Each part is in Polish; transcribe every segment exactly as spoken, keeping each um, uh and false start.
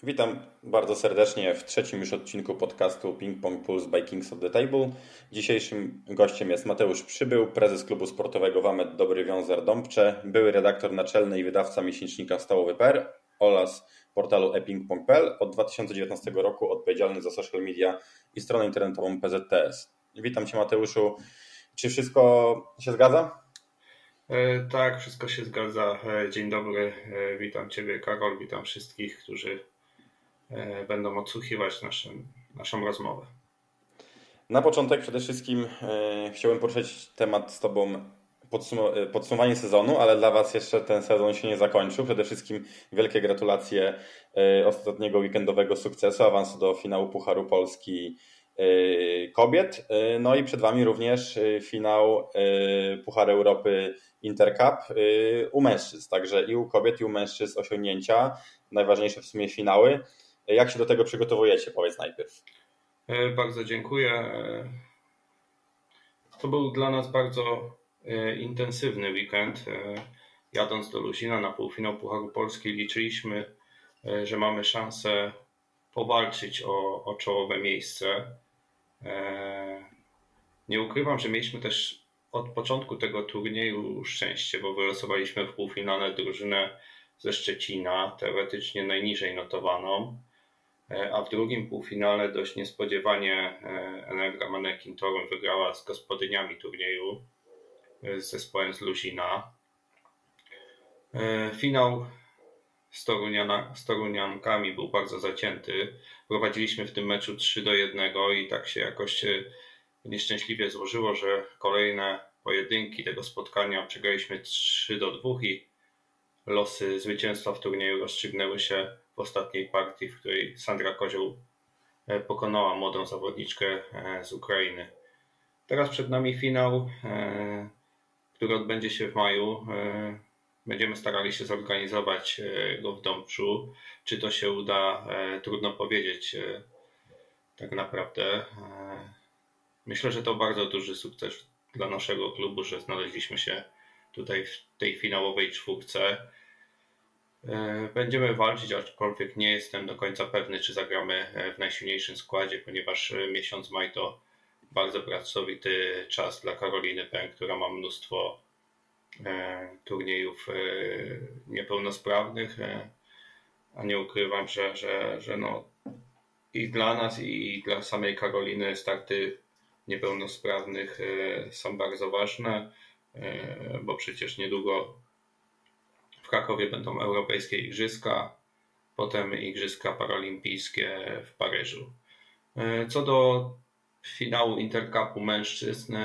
Witam bardzo serdecznie w trzecim już odcinku podcastu Ping Pong Pulse by Kings of the Table. Dzisiejszym gościem jest Mateusz Przybył, prezes klubu sportowego Wamet Dobry Wiązar Dąbcze, były redaktor naczelny i wydawca miesięcznika Stołowy kropka p r oraz portalu e ping pong kropka p l, od dwa tysiące dziewiętnastego roku odpowiedzialny za social media i stronę internetową P Z T S. Witam Cię, Mateuszu. Czy wszystko się zgadza? E, tak, wszystko się zgadza. E, dzień dobry, e, witam Ciebie, Karol, witam wszystkich, którzy e, będą odsłuchiwać naszym, naszą rozmowę. Na początek przede wszystkim e, chciałbym poruszyć temat z Tobą podsum- podsumowanie sezonu, ale dla Was jeszcze ten sezon się nie zakończył. Przede wszystkim wielkie gratulacje e, ostatniego weekendowego sukcesu, awansu do finału Pucharu Polski e, kobiet. E, no i przed Wami również e, finał e, Pucharu Europy Intercup e, u mężczyzn. Także i u kobiet, i u mężczyzn osiągnięcia, najważniejsze w sumie finały. E, jak się do tego przygotowujecie? Powiedz najpierw. E, bardzo dziękuję. E, to był dla nas bardzo e, intensywny weekend. E, jadąc do Luzina na półfinał Pucharu Polski liczyliśmy, e, że mamy szansę powalczyć o, o czołowe miejsce. E, nie ukrywam, że mieliśmy też od początku tego turnieju szczęście, bo wylosowaliśmy w półfinale drużynę ze Szczecina, teoretycznie najniżej notowaną, a w drugim półfinale dość niespodziewanie Energa Manekin Toruń wygrała z gospodyniami turnieju, z zespołem z Luzina. Finał z, Toruniana, z Toruniankami był bardzo zacięty. Prowadziliśmy w tym meczu trzy do jednego i tak się jakoś nieszczęśliwie złożyło, że kolejne pojedynki tego spotkania przegraliśmy trzy do dwóch i losy zwycięstwa w turnieju rozstrzygnęły się w ostatniej partii, w której Sandra Kozioł pokonała młodą zawodniczkę z Ukrainy. Teraz przed nami finał, który odbędzie się w maju. Będziemy starali się zorganizować go w Dąbczu. Czy to się uda, trudno powiedzieć tak naprawdę. Myślę, że to bardzo duży sukces dla naszego klubu, że znaleźliśmy się tutaj w tej finałowej czwórce. Będziemy walczyć, aczkolwiek nie jestem do końca pewny, czy zagramy w najsilniejszym składzie, ponieważ miesiąc maj to bardzo pracowity czas dla Karoliny Pęk, która ma mnóstwo turniejów niepełnosprawnych, a nie ukrywam, że, że, że no i dla nas, i dla samej Karoliny starty niepełnosprawnych są bardzo ważne, bo przecież niedługo w Krakowie będą europejskie igrzyska, potem igrzyska paralimpijskie w Paryżu. Co do finału Intercupu mężczyzn,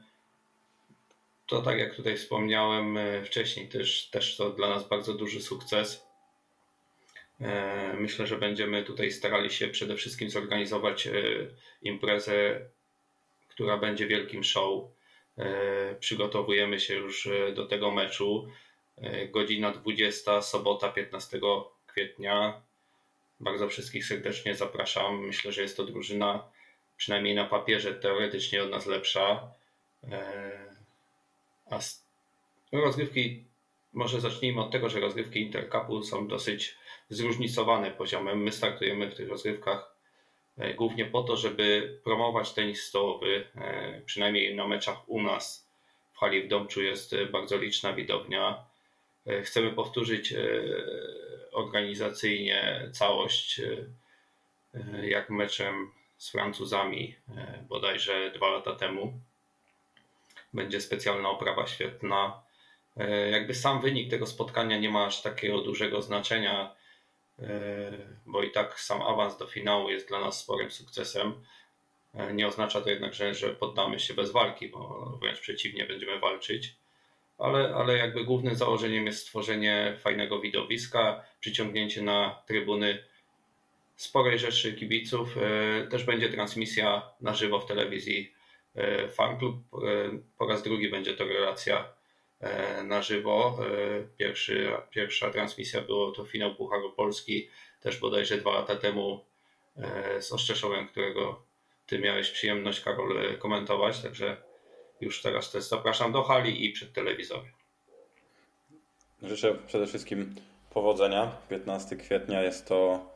to tak jak tutaj wspomniałem wcześniej, też, też to dla nas bardzo duży sukces. Myślę, że będziemy tutaj starali się przede wszystkim zorganizować imprezę, która będzie wielkim show. Przygotowujemy się już do tego meczu. Godzina dwudziesta, sobota piętnastego kwietnia. Bardzo wszystkich serdecznie zapraszam. Myślę, że jest to drużyna przynajmniej na papierze teoretycznie od nas lepsza. A rozgrywki, może zacznijmy od tego, że rozgrywki Intercupu są dosyć zróżnicowane poziomem. My startujemy w tych rozgrywkach głównie po to, żeby promować tenis stołowy. Przynajmniej na meczach u nas w hali w Dąbczu jest bardzo liczna widownia. Chcemy powtórzyć organizacyjnie całość jak meczem z Francuzami bodajże dwa lata temu. Będzie specjalna oprawa świetlna. Jakby sam wynik tego spotkania nie ma aż takiego dużego znaczenia, bo i tak sam awans do finału jest dla nas sporym sukcesem. Nie oznacza to jednak, że, że poddamy się bez walki, bo wręcz przeciwnie, będziemy walczyć. Ale, ale jakby głównym założeniem jest stworzenie fajnego widowiska, przyciągnięcie na trybuny sporej rzeszy kibiców. Też będzie transmisja na żywo w telewizji Fan Club. Po raz drugi będzie to relacja na żywo. Pierwszy, pierwsza transmisja było to finał Pucharu Polski, też bodajże dwa lata temu z Ostrzeszowem, którego Ty miałeś przyjemność, Karol, komentować, także już teraz też zapraszam do hali i przed telewizorem. Życzę przede wszystkim powodzenia. piętnastego kwietnia jest to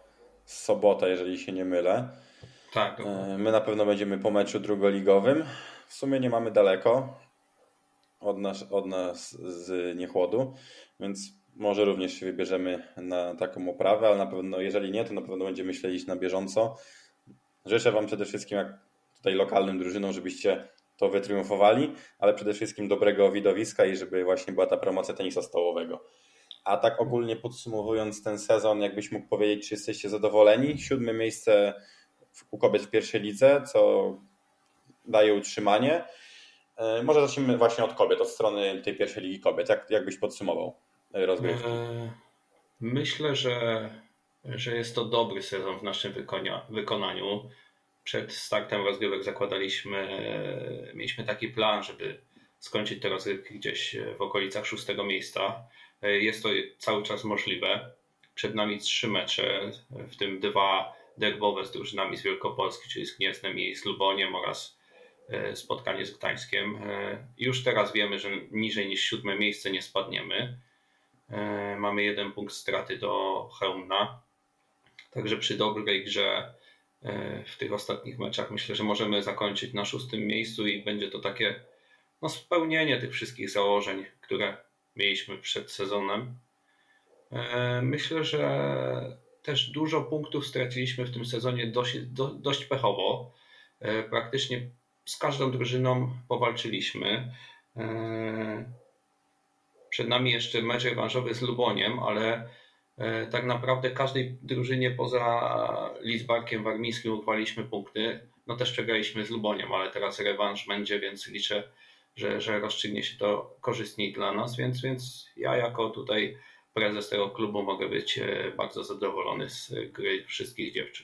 sobotę, jeżeli się nie mylę. Tak, dokładnie. My na pewno będziemy po meczu drugoligowym. W sumie nie mamy daleko od nas, od nas z Niechłodu, więc może również się wybierzemy na taką oprawę, ale na pewno, jeżeli nie, to na pewno będziemy śledzić na bieżąco. Życzę Wam przede wszystkim, jak tutaj lokalnym drużynom, żebyście to wytriumfowali, ale przede wszystkim dobrego widowiska i żeby właśnie była ta promocja tenisa stołowego. A tak ogólnie podsumowując ten sezon, jakbyś mógł powiedzieć, czy jesteście zadowoleni? Siódme miejsce u kobiet w pierwszej lidze, co daje utrzymanie. Może zacznijmy właśnie od kobiet, od strony tej pierwszej ligi kobiet. Jak, jak byś podsumował rozgrywki? Myślę, że, że jest to dobry sezon w naszym wykonia, wykonaniu. Przed startem rozgrywek zakładaliśmy, mieliśmy taki plan, żeby skończyć te rozgrywki gdzieś w okolicach szóstego miejsca. Jest to cały czas możliwe. Przed nami trzy mecze, w tym dwa derbowe z drużynami z Wielkopolski, czyli z Gniezdnem i z Luboniem, oraz spotkanie z Gdańskiem. Już teraz wiemy, że niżej niż siódme miejsce nie spadniemy. Mamy jeden punkt straty do Chełmna. Także przy dobrej grze w tych ostatnich meczach myślę, że możemy zakończyć na szóstym miejscu i będzie to takie no, spełnienie tych wszystkich założeń, które mieliśmy przed sezonem. Myślę, że też dużo punktów straciliśmy w tym sezonie dość, do, dość pechowo. Praktycznie z każdą drużyną powalczyliśmy. Przed nami jeszcze mecz rewanżowy z Luboniem, ale tak naprawdę każdej drużynie poza Lidzbarkiem Warmińskim uchwaliliśmy punkty. No też przegraliśmy z Luboniem, ale teraz rewanż będzie, więc liczę, że, że rozstrzygnie się to korzystniej dla nas, więc, więc ja jako tutaj prezes tego klubu mogę być bardzo zadowolony z gry wszystkich dziewczyn.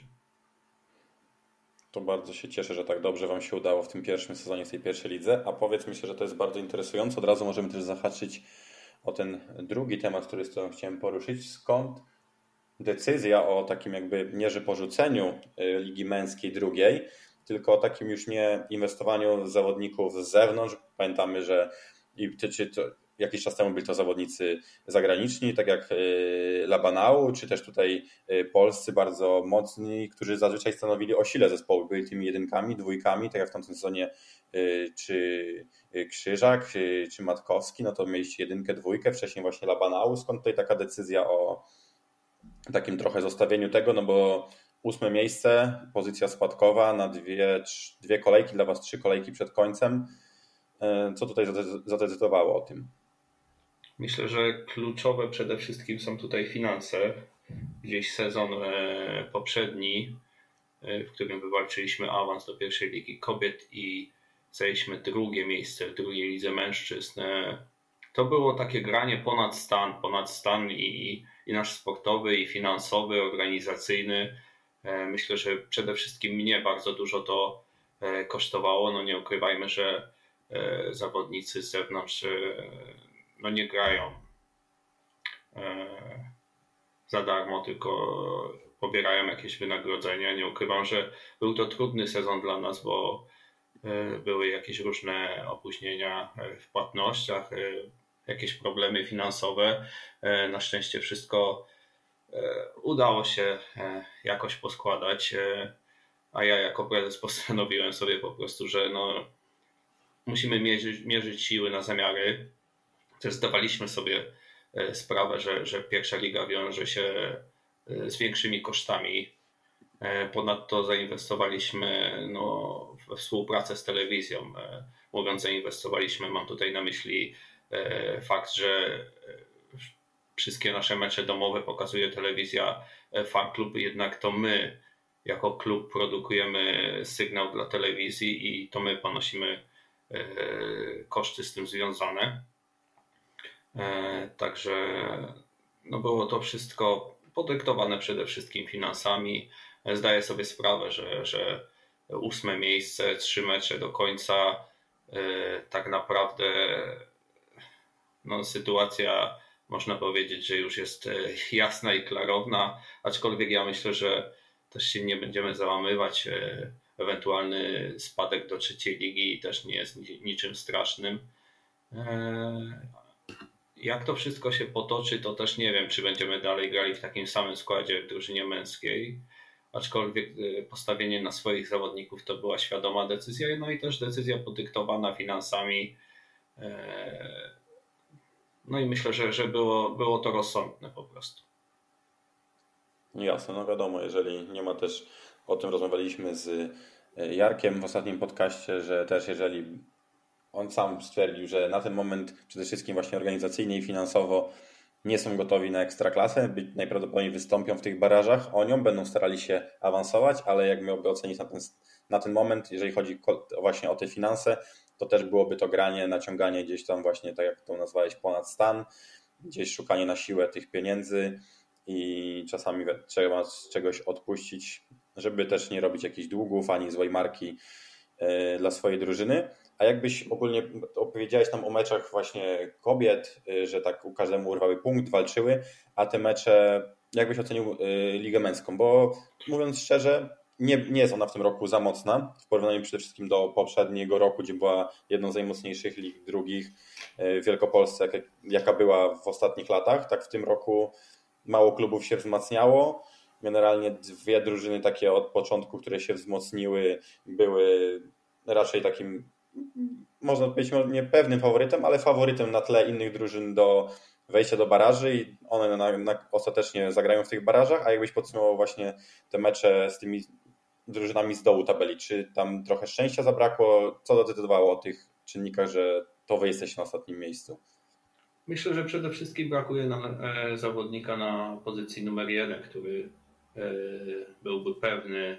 To bardzo się cieszę, że tak dobrze Wam się udało w tym pierwszym sezonie, w tej pierwszej lidze. A powiedz, myślę, że to jest bardzo interesujące. Od razu możemy też zahaczyć o ten drugi temat, który z którym chciałem poruszyć. Skąd decyzja o takim jakby nie że porzuceniu Ligi Męskiej drugiej, tylko o takim już nie inwestowaniu w zawodników z zewnątrz. Pamiętamy, że i czy to jakiś czas temu byli to zawodnicy zagraniczni, tak jak Labanau, czy też tutaj polscy bardzo mocni, którzy zazwyczaj stanowili o sile zespołu. Byli tymi jedynkami, dwójkami, tak jak w tamtym sezonie czy Krzyżak, czy Matkowski, no to mieliście jedynkę, dwójkę, wcześniej właśnie Labanau. Skąd tutaj taka decyzja o takim trochę zostawieniu tego, no bo ósme miejsce, pozycja spadkowa na dwie, dwie kolejki, dla Was trzy kolejki przed końcem. Co tutaj zadecydowało o tym? Myślę, że kluczowe przede wszystkim są tutaj finanse. Gdzieś sezon poprzedni, w którym wywalczyliśmy awans do pierwszej ligi kobiet i zajęliśmy drugie miejsce w drugiej lidze mężczyzn. To było takie granie ponad stan, ponad stan i, i nasz sportowy, i finansowy, organizacyjny. Myślę, że przede wszystkim mnie bardzo dużo to kosztowało. No nie ukrywajmy, że zawodnicy z zewnątrz no nie grają za darmo, tylko pobierają jakieś wynagrodzenia. Nie ukrywam, że był to trudny sezon dla nas, bo były jakieś różne opóźnienia w płatnościach, jakieś problemy finansowe. Na szczęście wszystko udało się jakoś poskładać, a ja jako prezes postanowiłem sobie po prostu, że no, musimy mierzyć, mierzyć siły na zamiary. Też zdawaliśmy sobie sprawę, że, że pierwsza liga wiąże się z większymi kosztami. Ponadto zainwestowaliśmy no, we współpracę z telewizją. Mówiąc zainwestowaliśmy, mam tutaj na myśli fakt, że wszystkie nasze mecze domowe pokazuje telewizja Fan Club, jednak to my jako klub produkujemy sygnał dla telewizji i to my ponosimy koszty z tym związane. Także no było to wszystko podyktowane przede wszystkim finansami. Zdaję sobie sprawę, że, że ósme miejsce, trzy mecze do końca, tak naprawdę no, sytuacja można powiedzieć, że już jest jasna i klarowna, aczkolwiek ja myślę, że też się nie będziemy załamywać. Ewentualny spadek do trzeciej ligi też nie jest niczym strasznym. jak to wszystko się potoczy, to też nie wiem, czy będziemy dalej grali w takim samym składzie w drużynie męskiej. Aczkolwiek postawienie na swoich zawodników to była świadoma decyzja, no i też decyzja podyktowana finansami. No i myślę, że, że było, było to rozsądne po prostu. Jasne, no wiadomo, jeżeli nie ma też, o tym rozmawialiśmy z Jarkiem w ostatnim podcaście, że też jeżeli on sam stwierdził, że na ten moment przede wszystkim właśnie organizacyjnie i finansowo nie są gotowi na ekstraklasę, być najprawdopodobniej wystąpią w tych barażach o nią, będą starali się awansować, ale jak miałby ocenić na ten, na ten moment, jeżeli chodzi właśnie o te finanse, to też byłoby to granie, naciąganie gdzieś tam właśnie, tak jak to nazwałeś, ponad stan, gdzieś szukanie na siłę tych pieniędzy i czasami trzeba z czegoś odpuścić, żeby też nie robić jakichś długów ani złej marki yy, dla swojej drużyny. A jakbyś ogólnie opowiedziałeś nam o meczach właśnie kobiet, że tak u każdemu urwały punkt, walczyły, a te mecze, jakbyś ocenił ligę męską? Bo mówiąc szczerze, nie, nie jest ona w tym roku za mocna, w porównaniu przede wszystkim do poprzedniego roku, gdzie była jedną z najmocniejszych lig drugich w Wielkopolsce, jaka była w ostatnich latach. Tak w tym roku mało klubów się wzmacniało. Generalnie dwie drużyny takie od początku, które się wzmocniły, były raczej takim, można powiedzieć, nie pewnym faworytem, ale faworytem na tle innych drużyn do wejścia do baraży i one na, na, ostatecznie zagrają w tych barażach. A jakbyś podsumował właśnie te mecze z tymi drużynami z dołu tabeli, czy tam trochę szczęścia zabrakło? Co decydowało o tych czynnikach, że to wy jesteście na ostatnim miejscu? Myślę, że przede wszystkim brakuje nam zawodnika na pozycji numer jeden, który byłby pewny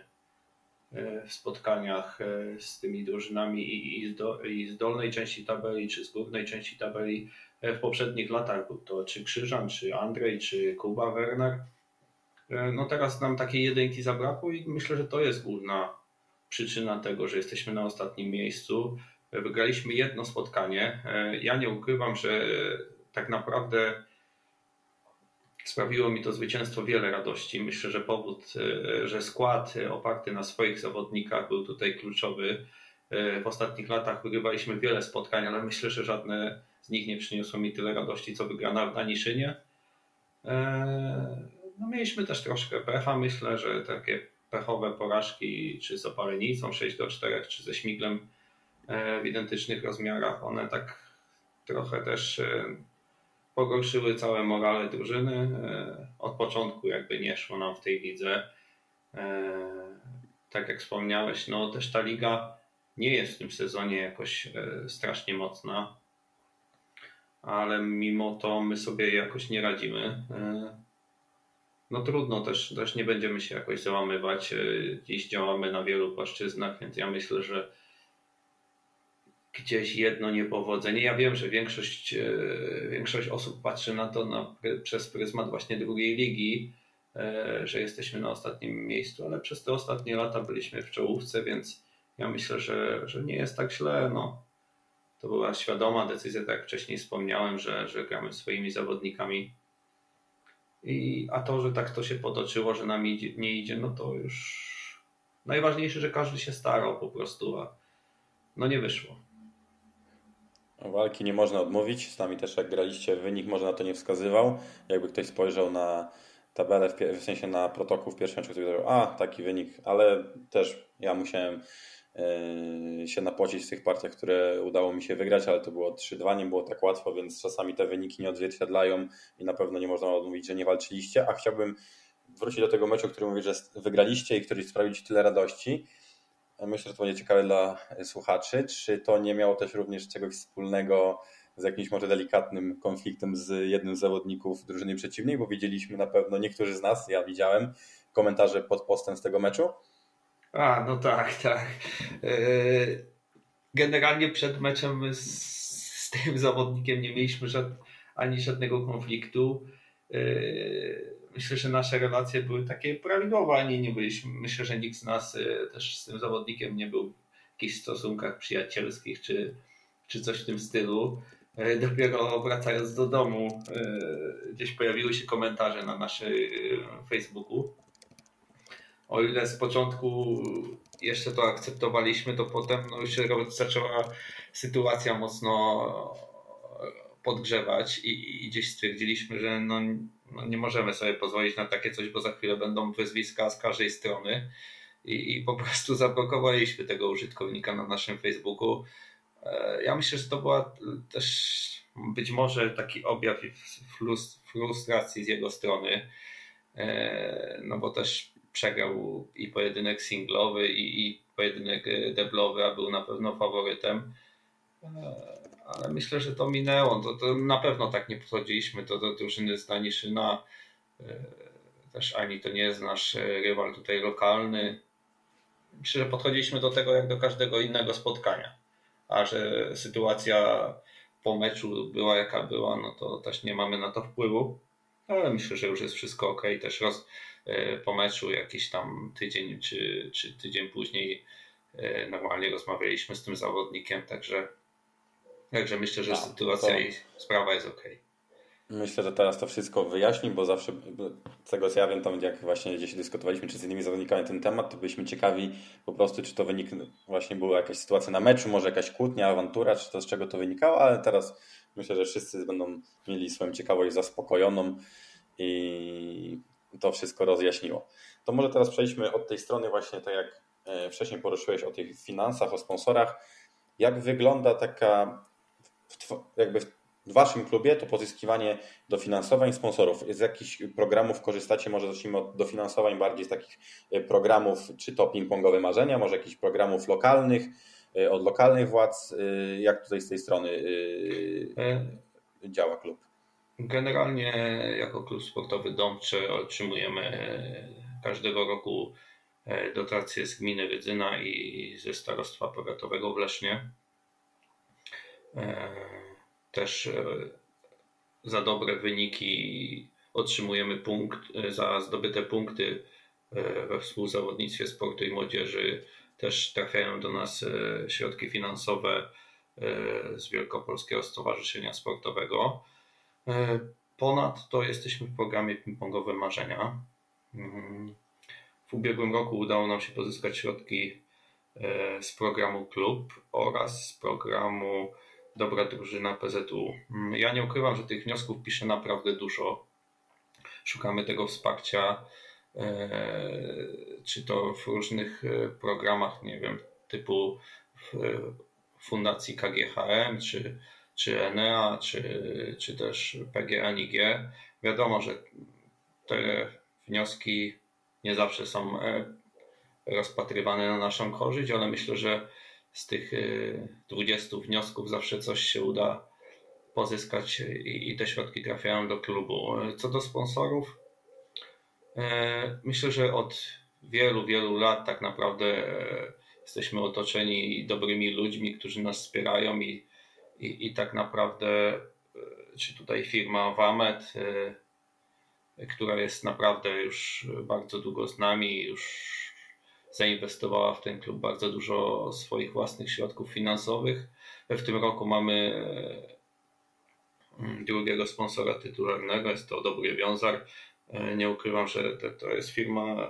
w spotkaniach z tymi drużynami i z dolnej części tabeli, czy z górnej części tabeli. W poprzednich latach był to czy Krzyżan, czy Andrzej, czy Kuba Werner. No teraz nam takiej jedynki zabrakło i myślę, że to jest główna przyczyna tego, że jesteśmy na ostatnim miejscu. Wygraliśmy jedno spotkanie. Ja nie ukrywam, że tak naprawdę sprawiło mi to zwycięstwo wiele radości. Myślę, że powód, że skład oparty na swoich zawodnikach był tutaj kluczowy. W ostatnich latach wygrywaliśmy wiele spotkań, ale myślę, że żadne z nich nie przyniosło mi tyle radości, co wygrana w Daniszynie. No, mieliśmy też troszkę pecha. Myślę, że takie pechowe porażki, czy z Opalenicą sześć do czterech, czy ze Śmiglem w identycznych rozmiarach, one tak trochę też pogorszyły całe morale drużyny. Od początku jakby nie szło nam w tej lidze. Tak jak wspomniałeś, no też ta liga nie jest w tym sezonie jakoś strasznie mocna, ale mimo to my sobie jakoś nie radzimy. No trudno, też, też nie będziemy się jakoś załamywać. Dziś działamy na wielu płaszczyznach, więc ja myślę, że gdzieś jedno niepowodzenie. Ja wiem, że większość, większość osób patrzy na to na, przez pryzmat właśnie drugiej ligi, że jesteśmy na ostatnim miejscu, ale przez te ostatnie lata byliśmy w czołówce, więc ja myślę, że, że nie jest tak źle. No, to była świadoma decyzja, tak jak wcześniej wspomniałem, że, że gramy swoimi zawodnikami. I, a to, że tak to się potoczyło, że nam idzie, nie idzie, no to już najważniejsze, że każdy się starał po prostu, a no nie wyszło. Walki nie można odmówić, z nami też jak graliście, wynik może na to nie wskazywał. Jakby ktoś spojrzał na tabelę, w, w sensie na protokół w pierwszym meczu, to powiedział, a taki wynik, ale też ja musiałem yy, się napocić w tych partiach, które udało mi się wygrać, ale to było trzy dwa, nie było tak łatwo, więc czasami te wyniki nie odzwierciedlają i na pewno nie można odmówić, że nie walczyliście, a chciałbym wrócić do tego meczu, który mówisz, że wygraliście i który sprawił ci tyle radości. Myślę, że to będzie ciekawe dla słuchaczy. Czy to nie miało też również czegoś wspólnego z jakimś może delikatnym konfliktem z jednym z zawodników drużyny przeciwnej? Bo widzieliśmy na pewno, niektórzy z nas, ja widziałem komentarze pod postem z tego meczu. A, no tak, tak. Generalnie przed meczem z, z tym zawodnikiem nie mieliśmy żad, ani żadnego konfliktu. Myślę, że nasze relacje były takie prawidłowe, ani nie byliśmy. Myślę, że nikt z nas też z tym zawodnikiem nie był w jakichś stosunkach przyjacielskich czy, czy coś w tym stylu. Dopiero wracając do domu, gdzieś pojawiły się komentarze na naszym Facebooku. O ile z początku jeszcze to akceptowaliśmy, to potem no już się zaczęła sytuacja mocno podgrzewać i, i gdzieś stwierdziliśmy, że no, no nie możemy sobie pozwolić na takie coś, bo za chwilę będą wyzwiska z każdej strony i, i po prostu zablokowaliśmy tego użytkownika na naszym Facebooku. Ja myślę, że to była też być może taki objaw frustracji z jego strony, no bo też przegrał i pojedynek singlowy i, i pojedynek deblowy, a był na pewno faworytem. Ale myślę, że to minęło. To, to na pewno tak nie podchodziliśmy to do drużyny z Daniszyna. Też ani to nie jest nasz rywal tutaj lokalny. Myślę, że podchodziliśmy do tego jak do każdego innego spotkania. A że sytuacja po meczu była jaka była, no to też nie mamy na to wpływu. Ale myślę, że już jest wszystko ok. Też roz, po meczu jakiś tam tydzień czy, czy tydzień później normalnie rozmawialiśmy z tym zawodnikiem, także Także myślę, że no, sytuacja to... i sprawa jest ok. Myślę, że teraz to wszystko wyjaśni, bo zawsze z tego co ja wiem, tam jak właśnie gdzieś dyskutowaliśmy czy z innymi zawodnikami na ten temat, to byliśmy ciekawi po prostu, czy to wynik właśnie była jakaś sytuacja na meczu, może jakaś kłótnia, awantura, czy to z czego to wynikało, ale teraz myślę, że wszyscy będą mieli swoją ciekawość zaspokojoną i to wszystko rozjaśniło. To może teraz przejdźmy od tej strony właśnie, tak jak wcześniej poruszyłeś o tych finansach, o sponsorach. Jak wygląda taka jakby w waszym klubie to pozyskiwanie dofinansowań sponsorów? Z jakichś programów korzystacie? Może zacznijmy od dofinansowań bardziej z takich programów, czy to ping-pongowe marzenia, może jakichś programów lokalnych, od lokalnych władz. Jak tutaj z tej strony działa klub? Generalnie jako klub sportowy Dąbcze otrzymujemy każdego roku dotacje z gminy Rydzyna i ze starostwa powiatowego w Lesznie. Też za dobre wyniki otrzymujemy punkt, za zdobyte punkty we współzawodnictwie sportu i młodzieży. Też trafiają do nas środki finansowe z Wielkopolskiego Stowarzyszenia Sportowego. Ponadto jesteśmy w programie ping-pongowe marzenia. W ubiegłym roku udało nam się pozyskać środki z programu Klub oraz z programu Dobra Drużyna P Z U. Ja nie ukrywam, że tych wniosków piszę naprawdę dużo. Szukamy tego wsparcia, czy to w różnych programach, nie wiem, typu Fundacji K G H M, czy, czy Enea, czy, czy też P G N I G. Wiadomo, że te wnioski nie zawsze są rozpatrywane na naszą korzyść, ale myślę, że z tych dwudziestu wniosków zawsze coś się uda pozyskać i te środki trafiają do klubu. Co do sponsorów, myślę, że od wielu, wielu lat tak naprawdę jesteśmy otoczeni dobrymi ludźmi, którzy nas wspierają i, i, i tak naprawdę czy tutaj firma Wamet, która jest naprawdę już bardzo długo z nami, już zainwestowała w ten klub bardzo dużo swoich własnych środków finansowych. W tym roku mamy drugiego sponsora tytularnego, jest to Dobry Wiązar. Nie ukrywam, że to jest firma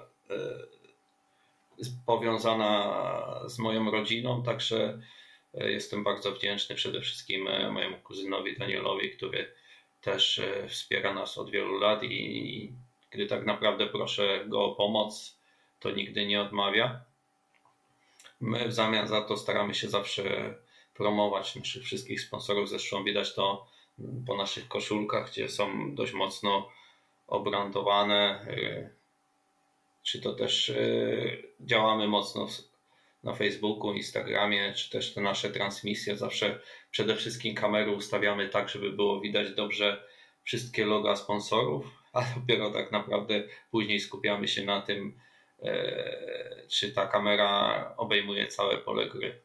powiązana z moją rodziną, także jestem bardzo wdzięczny przede wszystkim mojemu kuzynowi Danielowi, który też wspiera nas od wielu lat i gdy tak naprawdę proszę go o pomoc, to nigdy nie odmawia. My w zamian za to staramy się zawsze promować naszych wszystkich sponsorów. Zresztą widać to po naszych koszulkach, gdzie są dość mocno obrandowane. Czy to też działamy mocno na Facebooku, Instagramie, czy też te nasze transmisje. Zawsze przede wszystkim kamery ustawiamy tak, żeby było widać dobrze wszystkie loga sponsorów, a dopiero tak naprawdę później skupiamy się na tym, czy ta kamera obejmuje całe pole gry.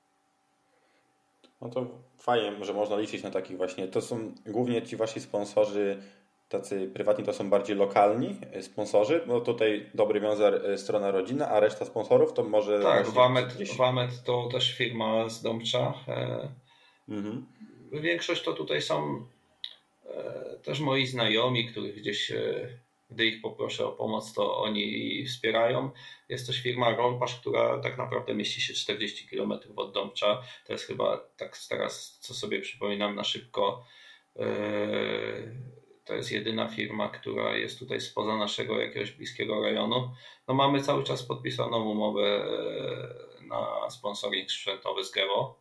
No to fajnie, że można liczyć na takich właśnie. To są głównie ci wasi sponsorzy tacy prywatni, to są bardziej lokalni sponsorzy. No tutaj Dobry Wiązar, strona rodzinna, a reszta sponsorów to może... Tak, Wamet, gdzieś... Wamet to też firma z Dąbcza. Mhm. Większość to tutaj są też moi znajomi, których gdzieś... Gdy ich poproszę o pomoc, to oni wspierają. Jest też firma Rolpasz, która tak naprawdę mieści się czterdzieści kilometrów od Dąbcza. To jest chyba, tak teraz co sobie przypominam na szybko, To jest jedyna firma, która jest tutaj spoza naszego jakiegoś bliskiego rejonu. No mamy cały czas podpisaną umowę na sponsoring sprzętowy z Gevo.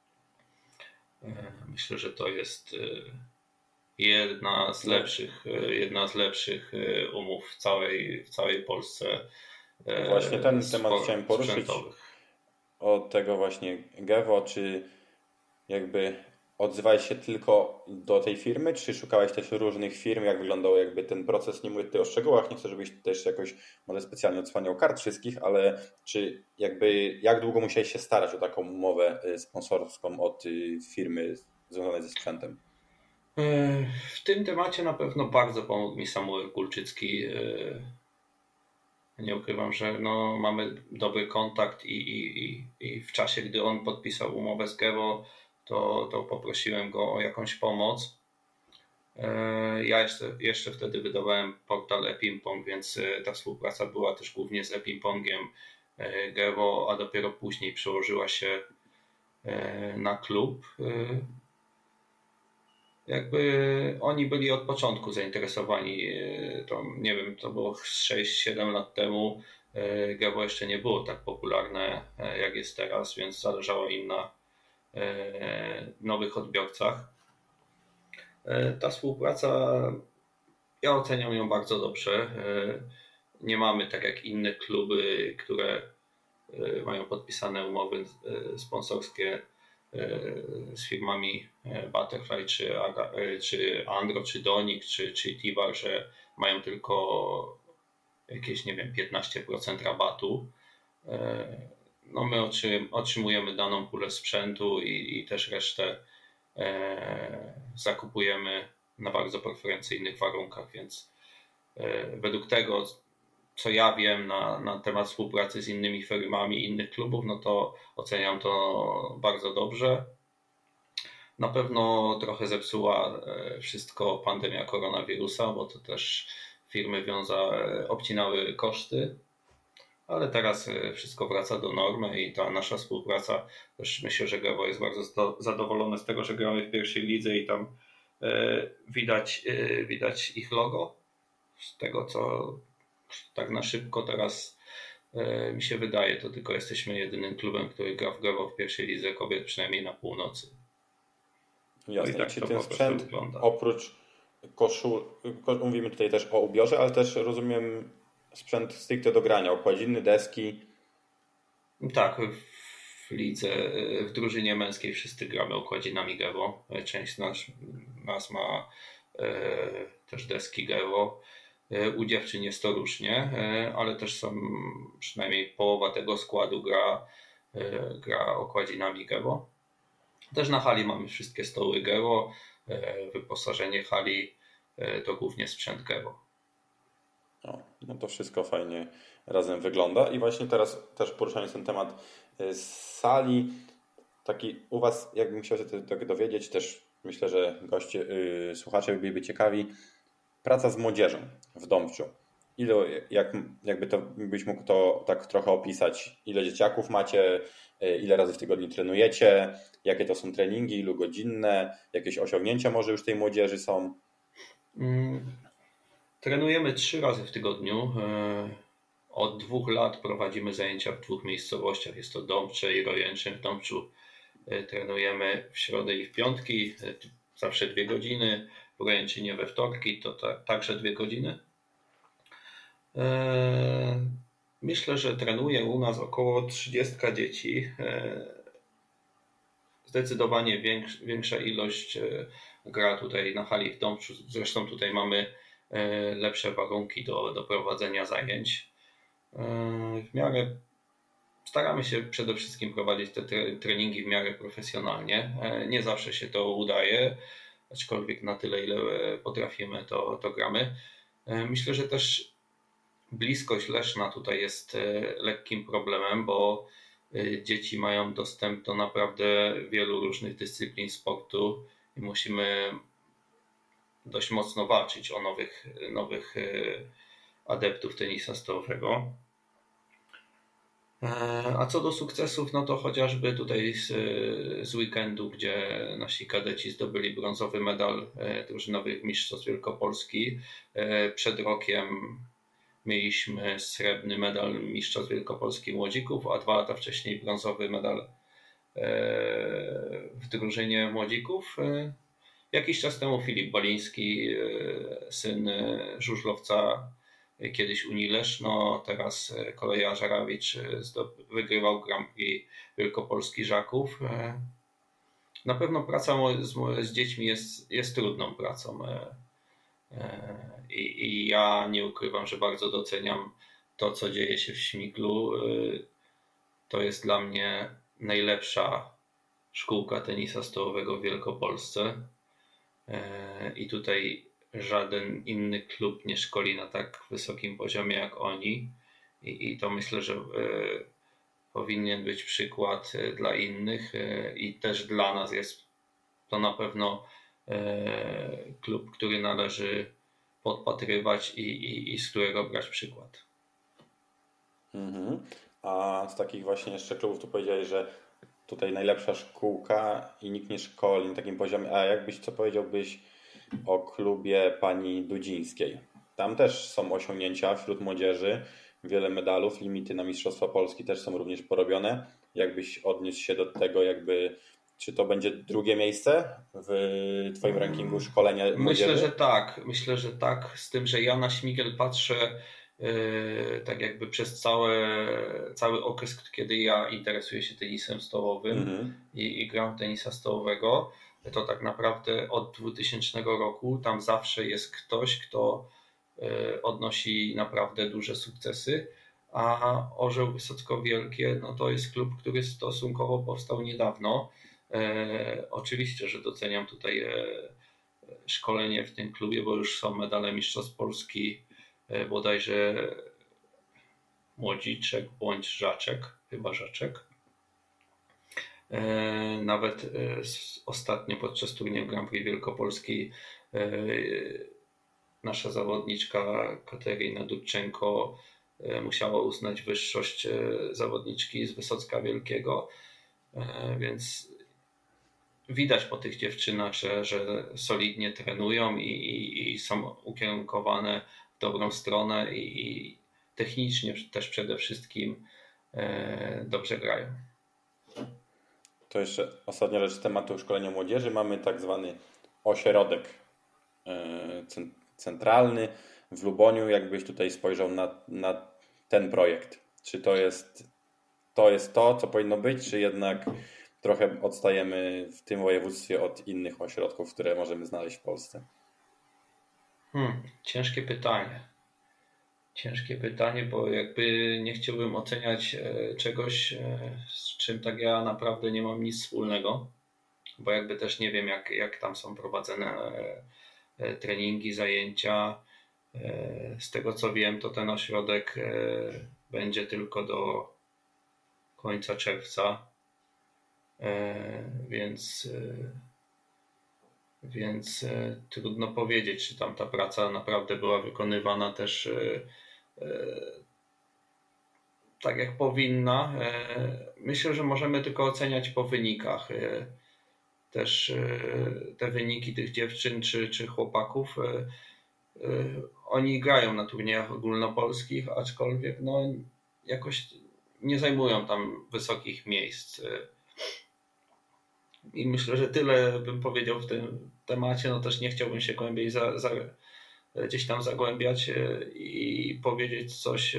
Myślę, że to jest jedna z lepszych, jedna z lepszych umów w całej, w całej Polsce. Właśnie ten temat chciałem poruszyć. Sprzętowych. Od tego właśnie Gevo, czy jakby odzywałeś się tylko do tej firmy, czy szukałeś też różnych firm, jak wyglądał jakby ten proces? Nie mówię tutaj o szczegółach, nie chcę, żebyś też jakoś może specjalnie odsłaniał kart wszystkich, ale czy jakby jak długo musiałeś się starać o taką umowę sponsorską od firmy związanej ze sprzętem? W tym temacie na pewno bardzo pomógł mi Samuel Kulczycki. Nie ukrywam, że no, mamy dobry kontakt i, i, i w czasie, gdy on podpisał umowę z Gevo, to, to poprosiłem go o jakąś pomoc. Ja jeszcze, jeszcze wtedy wydawałem portal ePingpong, więc ta współpraca była też głównie z ePingpongiem Gevo, a dopiero później przełożyła się na klub. Jakby oni byli od początku zainteresowani, to nie wiem, to było sześć siedem lat temu. Gevo jeszcze nie było tak popularne jak jest teraz, więc zależało im na nowych odbiorcach. Ta współpraca, ja oceniam ją bardzo dobrze. Nie mamy tak jak inne kluby, które mają podpisane umowy sponsorskie z firmami Butterfly, czy, czy Andro, czy Donik, czy, czy Tivar, że mają tylko jakieś, nie wiem, piętnaście procent rabatu. No my otrzymujemy daną pulę sprzętu i, i też resztę zakupujemy na bardzo preferencyjnych warunkach, więc według tego, co ja wiem na, na temat współpracy z innymi firmami innych klubów, no to oceniam to bardzo dobrze. Na pewno trochę zepsuła wszystko pandemia koronawirusa, bo to też firmy wiąza, obcinały koszty, ale teraz wszystko wraca do normy i ta nasza współpraca, też myślę, że Gevo jest bardzo zadowolone z tego, że gramy w pierwszej lidze i tam widać, widać ich logo. Z tego, co tak na szybko teraz mi się wydaje, to tylko jesteśmy jedynym klubem, który gra w Gevo w pierwszej lidze kobiet, przynajmniej na północy. Jasne. No i tak czy ten sprzęt wygląda. Oprócz koszul, mówimy tutaj też o ubiorze, ale też rozumiem sprzęt stricte do grania, okładziny, deski. Tak, w lidze, w drużynie męskiej wszyscy gramy okładzinami Gevo. Część nas, nas ma e, też deski Gevo. U dziewczyn jest to różnie, ale też są przynajmniej połowa tego składu gra, gra okładzinami Gevo. Też na hali mamy wszystkie stoły Gevo. Wyposażenie hali to głównie sprzęt Gevo. No, no to wszystko fajnie razem wygląda. I właśnie teraz też poruszając ten temat z sali, taki u Was, jakbym chciał się tego dowiedzieć, też myślę, że goście, yy, słuchacze byliby ciekawi, praca z młodzieżą w Dąbczu. Ile, jak, jakby to byś mógł to tak trochę opisać? Ile dzieciaków macie? Ile razy w tygodniu trenujecie? Jakie to są treningi? Ilu godzinne? Jakieś osiągnięcia może już tej młodzieży są? Mm, trenujemy trzy razy w tygodniu. Od dwóch lat prowadzimy zajęcia w dwóch miejscowościach. Jest to Dąbcze i Rojęczyn. W Dąbczu trenujemy w środę i w piątki. Zawsze dwie godziny. W Rojęczynie we wtorki to ta, także dwie godziny. Myślę, że trenuje u nas około trzydzieści dzieci. Zdecydowanie większa ilość gra tutaj na hali w Dąbczu. Zresztą tutaj mamy lepsze warunki do, do prowadzenia zajęć. W miarę staramy się przede wszystkim prowadzić te treningi w miarę profesjonalnie. Nie zawsze się to udaje, aczkolwiek na tyle, ile potrafimy, to, to gramy. Myślę, że też bliskość Leszna tutaj jest lekkim problemem, bo dzieci mają dostęp do naprawdę wielu różnych dyscyplin sportu i musimy dość mocno walczyć o nowych, nowych adeptów tenisa stołowego. A co do sukcesów, no to chociażby tutaj z, z weekendu, gdzie nasi kadeci zdobyli brązowy medal drużynowych mistrzostw Wielkopolski. Przed rokiem mieliśmy srebrny medal mistrzostw Wielkopolski młodzików, a dwa lata wcześniej brązowy medal w drużynie młodzików. Jakiś czas temu Filip Baliński, syn żużlowca, kiedyś Unii Leszno, teraz Koleja Żarawicz, wygrywał Grand Prix Wielkopolski Żaków. Na pewno praca z, z dziećmi jest, jest trudną pracą I, i ja nie ukrywam, że bardzo doceniam to, co dzieje się w Śmiglu. To jest dla mnie najlepsza szkółka tenisa stołowego w Wielkopolsce i tutaj żaden inny klub nie szkoli na tak wysokim poziomie jak oni i, i to myślę, że powinien być przykład dla innych i też dla nas jest to na pewno klub, który należy podpatrywać i, i, i z którego brać przykład. Mhm. A z takich właśnie jeszcze klubów tu powiedziałeś, że tutaj najlepsza szkółka i nikt nie szkoli na takim poziomie. A jakbyś, co powiedziałbyś o klubie pani Dudzińskiej? Tam też są osiągnięcia wśród młodzieży, wiele medalów, limity na Mistrzostwa Polski też są również porobione. Jakbyś odniósł się do tego, jakby czy to będzie drugie miejsce w twoim rankingu szkolenia młodzieży? Myślę, że tak. Myślę, że tak. Z tym, że ja na Śmigiel patrzę yy, tak jakby przez całe, cały okres, kiedy ja interesuję się tenisem stołowym mhm. i, i gram tenisa stołowego, to tak naprawdę od dwutysięcznego roku tam zawsze jest ktoś, kto yy, odnosi naprawdę duże sukcesy. A Orzeł Wysocko Wielkie no to jest klub, który stosunkowo powstał niedawno. E, oczywiście, że doceniam tutaj e, szkolenie w tym klubie, bo już są medale Mistrzostw Polski e, bodajże Młodziczek bądź Żaczek, chyba Żaczek. E, nawet e, ostatnio podczas turnieju Grand Prix Wielkopolski e, nasza zawodniczka Kateryna Dudczenko e, musiała uznać wyższość e, zawodniczki z Wysocka Wielkiego, e, więc widać po tych dziewczynach, że, że solidnie trenują i, i, i są ukierunkowane w dobrą stronę i, i technicznie też przede wszystkim e, dobrze grają. To jeszcze ostatnia rzecz z tematu szkolenia młodzieży. Mamy tak zwany ośrodek e, centralny w Luboniu. Jakbyś tutaj spojrzał na, na ten projekt. Czy to jest, to jest to, co powinno być, czy jednak trochę odstajemy w tym województwie od innych ośrodków, które możemy znaleźć w Polsce? Hmm, ciężkie pytanie. Ciężkie pytanie, bo jakby nie chciałbym oceniać czegoś, z czym tak ja naprawdę nie mam nic wspólnego, bo jakby też nie wiem, jak, jak tam są prowadzone treningi, zajęcia. Z tego co wiem, to ten ośrodek będzie tylko do końca czerwca. Więc, więc trudno powiedzieć, czy tam ta praca naprawdę była wykonywana też tak jak powinna. Myślę, że możemy tylko oceniać po wynikach. Też te wyniki tych dziewczyn czy, czy chłopaków, oni grają na turniejach ogólnopolskich, aczkolwiek no, jakoś nie zajmują tam wysokich miejsc. I myślę, że tyle bym powiedział w tym temacie. No też nie chciałbym się głębiej za, za, gdzieś tam zagłębiać i powiedzieć coś,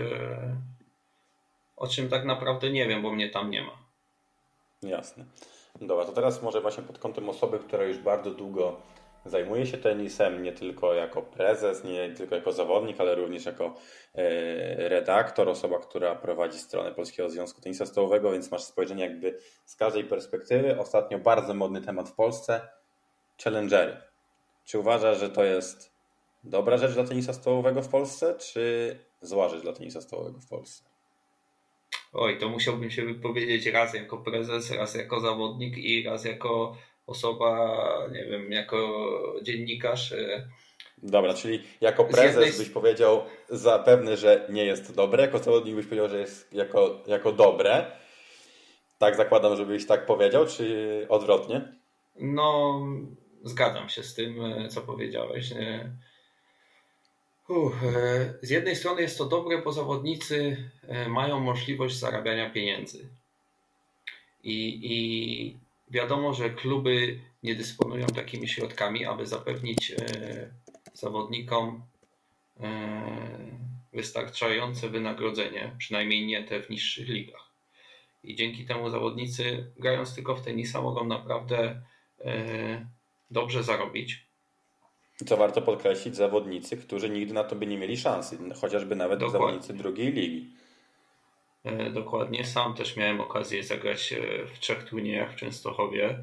o czym tak naprawdę nie wiem, bo mnie tam nie ma. Jasne. Dobra, to teraz może właśnie pod kątem osoby, która już bardzo długo zajmuje się tenisem, nie tylko jako prezes, nie tylko jako zawodnik, ale również jako redaktor, osoba, która prowadzi stronę Polskiego Związku Tenisa Stołowego, więc masz spojrzenie jakby z każdej perspektywy. Ostatnio bardzo modny temat w Polsce, challengery. Czy uważasz, że to jest dobra rzecz dla tenisa stołowego w Polsce, czy zła rzecz dla tenisa stołowego w Polsce? Oj, to musiałbym się wypowiedzieć raz jako prezes, raz jako zawodnik i raz jako osoba, nie wiem, jako dziennikarz. Dobra, czyli jako Z prezes jednej... byś powiedział zapewne, że nie jest dobre, jako zawodnik byś powiedział, że jest jako, jako dobre. Tak zakładam, żebyś tak powiedział, czy odwrotnie? No, zgadzam się z tym, co powiedziałeś. Uff, z jednej strony jest to dobre, bo zawodnicy mają możliwość zarabiania pieniędzy. I, I wiadomo, że kluby nie dysponują takimi środkami, aby zapewnić e, zawodnikom e, wystarczające wynagrodzenie, przynajmniej nie te w niższych ligach. I dzięki temu zawodnicy, grając tylko w tenisa, mogą naprawdę e, dobrze zarobić. Co warto podkreślić, zawodnicy, którzy nigdy na to by nie mieli szansy, chociażby nawet Dokładnie. zawodnicy drugiej ligi. Dokładnie. Sam też miałem okazję zagrać w trzech turniejach w Częstochowie,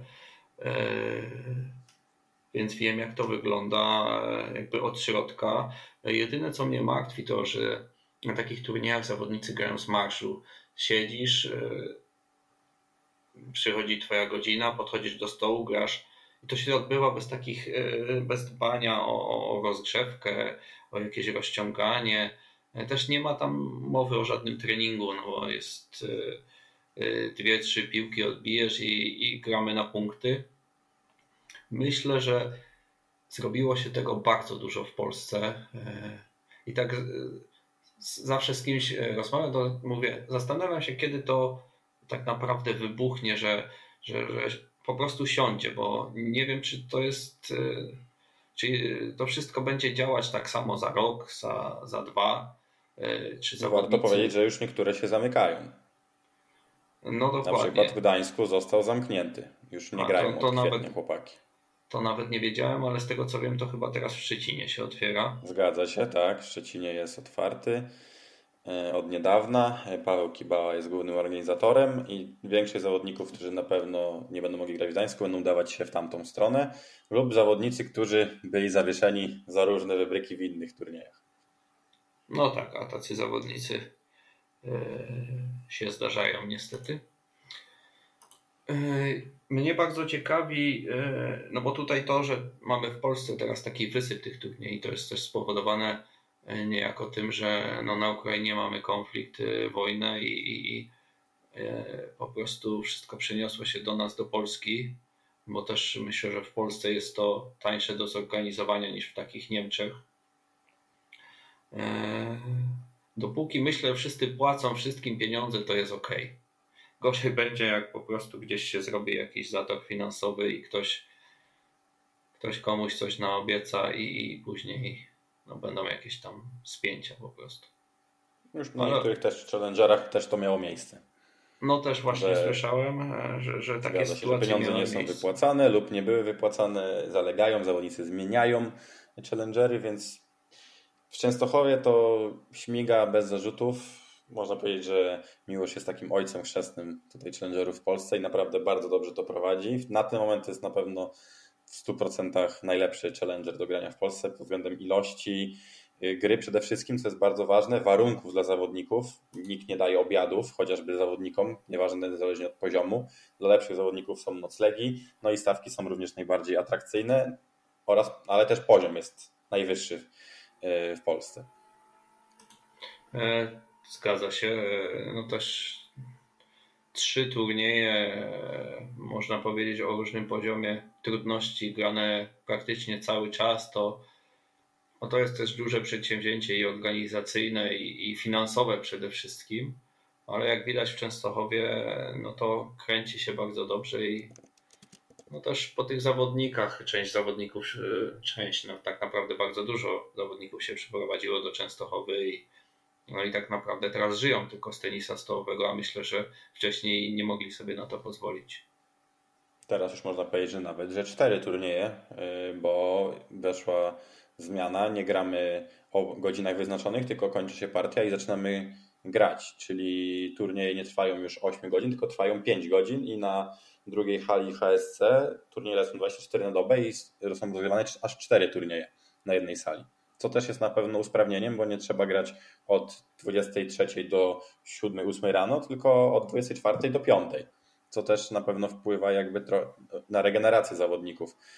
więc wiem, jak to wygląda jakby od środka. Jedyne, co mnie martwi, to, że na takich turniejach zawodnicy grają z marszu. Siedzisz, przychodzi twoja godzina, podchodzisz do stołu, grasz i to się odbywa bez takich, bez dbania o, o rozgrzewkę, o jakieś rozciąganie. Też nie ma tam mowy o żadnym treningu, no bo jest dwie, trzy piłki odbijesz i, i gramy na punkty. Myślę, że zrobiło się tego bardzo dużo w Polsce i tak zawsze z kimś rozmawiam, to mówię, zastanawiam się, kiedy to tak naprawdę wybuchnie, że, że, że po prostu siądzie, bo nie wiem, czy to jest, czy to wszystko będzie działać tak samo za rok, za, za dwa, czy zawodnicy... Warto powiedzieć, że już niektóre się zamykają. No dokładnie. Na przykład w Gdańsku został zamknięty. Już nie A, grają to, to od kwietnia nawet, chłopaki. To nawet nie wiedziałem, ale z tego co wiem, to chyba teraz w Szczecinie się otwiera. Zgadza się, tak. W Szczecinie jest otwarty od niedawna. Paweł Kibała jest głównym organizatorem i większość zawodników, którzy na pewno nie będą mogli grać w Gdańsku, będą udawać się w tamtą stronę, lub zawodnicy, którzy byli zawieszeni za różne wybryki w innych turniejach. No tak, a tacy zawodnicy yy, się zdarzają niestety. Yy, mnie bardzo ciekawi, yy, no bo tutaj to, że mamy w Polsce teraz taki wysyp tych turniejów, to jest też spowodowane niejako tym, że no na Ukrainie mamy konflikt, wojnę i, i, i po prostu wszystko przeniosło się do nas, do Polski, bo też myślę, że w Polsce jest to tańsze do zorganizowania niż w takich Niemczech. Dopóki myślę, wszyscy płacą wszystkim pieniądze, to jest ok. Gorzej będzie, jak po prostu gdzieś się zrobi jakiś zatok finansowy i ktoś, ktoś komuś coś naobieca i, i później no, będą jakieś tam spięcia po prostu. Już na Ale... niektórych też challengerach też to miało miejsce. No też właśnie że... słyszałem, że, że takie się, sytuacje że pieniądze nie są miejsce. wypłacane lub nie były wypłacane, zalegają, zawodnicy zmieniają challengery, więc w Częstochowie to śmiga bez zarzutów. Można powiedzieć, że Miłosz jest takim ojcem chrzestnym tutaj challengerów w Polsce i naprawdę bardzo dobrze to prowadzi. Na ten moment to jest na pewno w stu procentach najlepszy challenger do grania w Polsce pod względem ilości gry przede wszystkim, co jest bardzo ważne, warunków dla zawodników. Nikt nie daje obiadów, chociażby zawodnikom, nieważne niezależnie od poziomu. Dla lepszych zawodników są noclegi, no i stawki są również najbardziej atrakcyjne, oraz, ale też poziom jest najwyższy w Polsce. Zgadza się. No też trzy turnieje, można powiedzieć, o różnym poziomie trudności, grane praktycznie cały czas, to, no to jest też duże przedsięwzięcie i organizacyjne, i, i finansowe przede wszystkim, ale jak widać w Częstochowie, no to kręci się bardzo dobrze i no też po tych zawodnikach, część zawodników, część, no tak naprawdę bardzo dużo zawodników się przyprowadziło do Częstochowy i no i tak naprawdę teraz żyją tylko z tenisa stołowego, a myślę, że wcześniej nie mogli sobie na to pozwolić. Teraz już można powiedzieć, że nawet, że cztery turnieje, bo weszła zmiana, nie gramy o godzinach wyznaczonych, tylko kończy się partia i zaczynamy grać, czyli turnieje nie trwają już osiem godzin, tylko trwają pięć godzin i na drugiej hali H S C turnieje są dwadzieścia cztery na dobę i są rozgrywane aż cztery turnieje na jednej sali. Co też jest na pewno usprawnieniem, bo nie trzeba grać od dwudziestej trzeciej do siódmej, ósmej rano, tylko od dwudziestej czwartej do piątej, co też na pewno wpływa jakby na regenerację zawodników.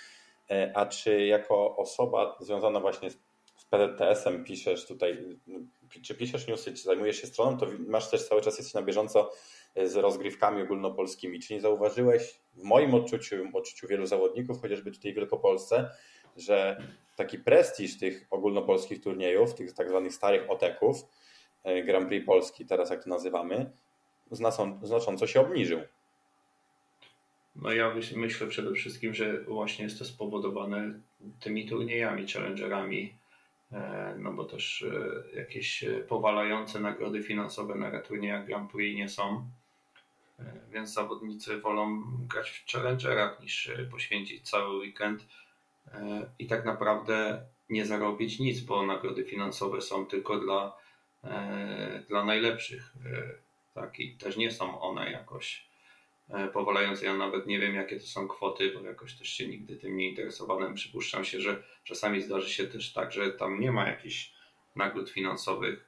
A czy jako osoba związana właśnie z P Z T S-em piszesz tutaj, czy piszesz newsy, czy zajmujesz się stroną, to masz też cały czas jesteś na bieżąco z rozgrywkami ogólnopolskimi. Czy nie zauważyłeś, w moim odczuciu, w odczuciu wielu zawodników, chociażby tutaj w Wielkopolsce, że taki prestiż tych ogólnopolskich turniejów, tych tak zwanych starych oteków, Grand Prix Polski, teraz jak to nazywamy, znacząco się obniżył? No ja myślę przede wszystkim, że właśnie jest to spowodowane tymi turniejami, challengerami, no bo też jakieś powalające nagrody finansowe na turniejach Grand Prix nie są, więc zawodnicy wolą grać w challengerach niż poświęcić cały weekend i tak naprawdę nie zarobić nic, bo nagrody finansowe są tylko dla, dla najlepszych, tak, i też nie są one jakoś powalające. Ja nawet nie wiem, jakie to są kwoty, bo jakoś też się nigdy tym nie interesowałem. Przypuszczam się, że czasami zdarzy się też tak, że tam nie ma jakichś nagród finansowych,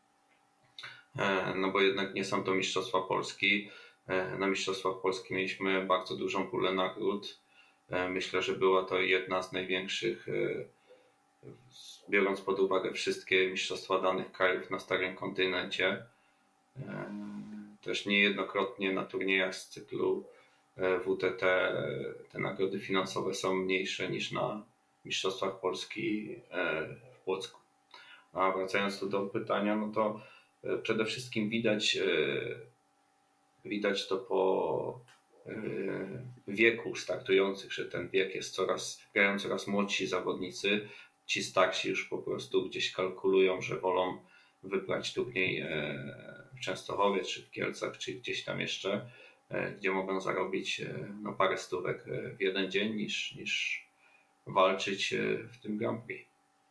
no bo jednak nie są to Mistrzostwa Polski. Na Mistrzostwach Polski mieliśmy bardzo dużą pulę nagród. Myślę, że była to jedna z największych, biorąc pod uwagę wszystkie mistrzostwa danych krajów na starym kontynencie. Też niejednokrotnie na turniejach z cyklu W T T te nagrody finansowe są mniejsze niż na Mistrzostwach Polski w Płocku. A wracając tu do pytania, no to przede wszystkim widać, widać to po wieku startujących, że ten wiek jest coraz, grają coraz młodsi zawodnicy. Ci starsi już po prostu gdzieś kalkulują, że wolą wybrać turniej w Częstochowie, czy w Kielcach, czy gdzieś tam jeszcze, gdzie mogą zarobić no, parę stówek w jeden dzień, niż, niż walczyć w tym Grand Prix.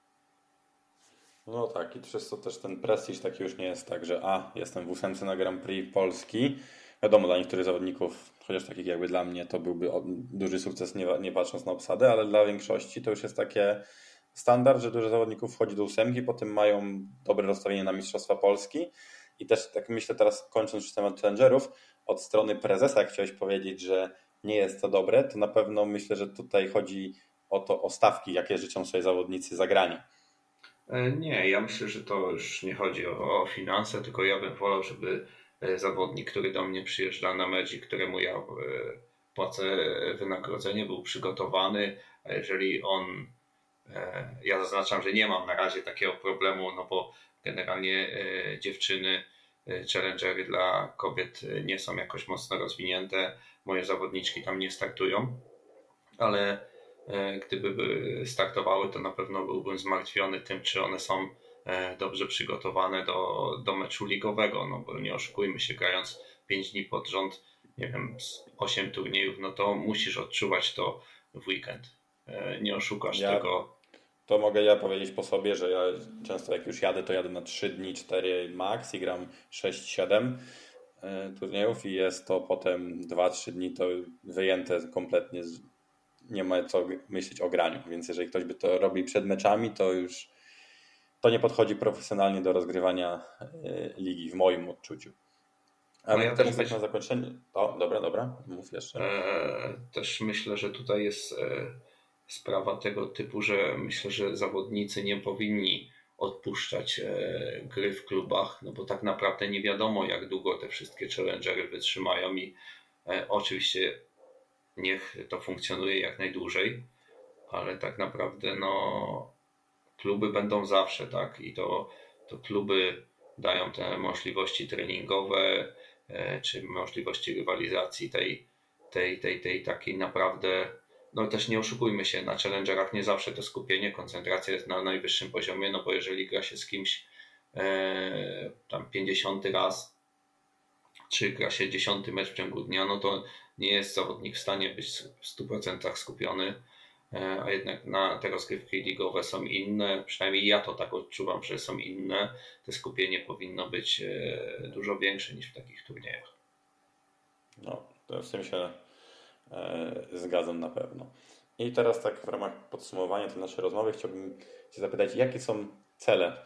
No tak, i przez to też ten prestiż taki już nie jest tak, że a, jestem w ósemce na Grand Prix Polski. Wiadomo, dla niektórych zawodników, chociaż takich jakby dla mnie, to byłby duży sukces, nie, nie patrząc na obsadę, ale dla większości to już jest takie standard, że dużo zawodników wchodzi do ósemki, potem mają dobre rozstawienie na Mistrzostwa Polski. I też tak myślę teraz, kończąc już temat challengerów, od strony prezesa, jak chciałeś powiedzieć, że nie jest to dobre, to na pewno myślę, że tutaj chodzi o to, o stawki, jakie życzą sobie zawodnicy zagrani. Nie, ja myślę, że to już nie chodzi o, o finanse, tylko ja bym wolał, żeby zawodnik, który do mnie przyjeżdża na mecz i któremu ja płacę wynagrodzenie, był przygotowany, a jeżeli on, ja zaznaczam, że nie mam na razie takiego problemu, no bo generalnie dziewczyny, challengery dla kobiet nie są jakoś mocno rozwinięte, moje zawodniczki tam nie startują, ale gdyby startowały, to na pewno byłbym zmartwiony tym, czy one są dobrze przygotowane do, do meczu ligowego, no bo nie oszukujmy się, grając pięć dni pod rząd, nie wiem, osiem turniejów, no to musisz odczuwać to w weekend. Nie oszukasz ja, tego. To mogę ja powiedzieć po sobie, że ja często jak już jadę, to jadę na trzy dni, cztery max i gram sześć siedem turniejów i jest to potem dwa trzy dni to wyjęte kompletnie, nie ma co myśleć o graniu, więc jeżeli ktoś by to robił przed meczami, to już to nie podchodzi profesjonalnie do rozgrywania ligi w moim odczuciu. A no ja też tak myśl... na zakończenie. O, dobra, dobra, mów jeszcze. Eee, też myślę, że tutaj jest e, sprawa tego typu, że myślę, że zawodnicy nie powinni odpuszczać e, gry w klubach, no bo tak naprawdę nie wiadomo, jak długo te wszystkie challengery wytrzymają i e, oczywiście niech to funkcjonuje jak najdłużej, ale tak naprawdę no kluby będą zawsze, tak, i to, to kluby dają te możliwości treningowe, czy możliwości rywalizacji tej, tej, tej, tej takiej naprawdę, no też nie oszukujmy się, na challengerach nie zawsze to skupienie, koncentracja jest na najwyższym poziomie, no bo jeżeli gra się z kimś e, tam pięćdziesiąty raz, czy gra się dziesiąty mecz w ciągu dnia, no to nie jest zawodnik w stanie być w stu procentach skupiony, a jednak na te rozgrywki ligowe są inne, przynajmniej ja to tak odczuwam, że są inne, to skupienie powinno być dużo większe niż w takich turniejach. No, to z tym się e, zgadzam na pewno. I teraz tak w ramach podsumowania tej naszej rozmowy chciałbym Cię zapytać, jakie są cele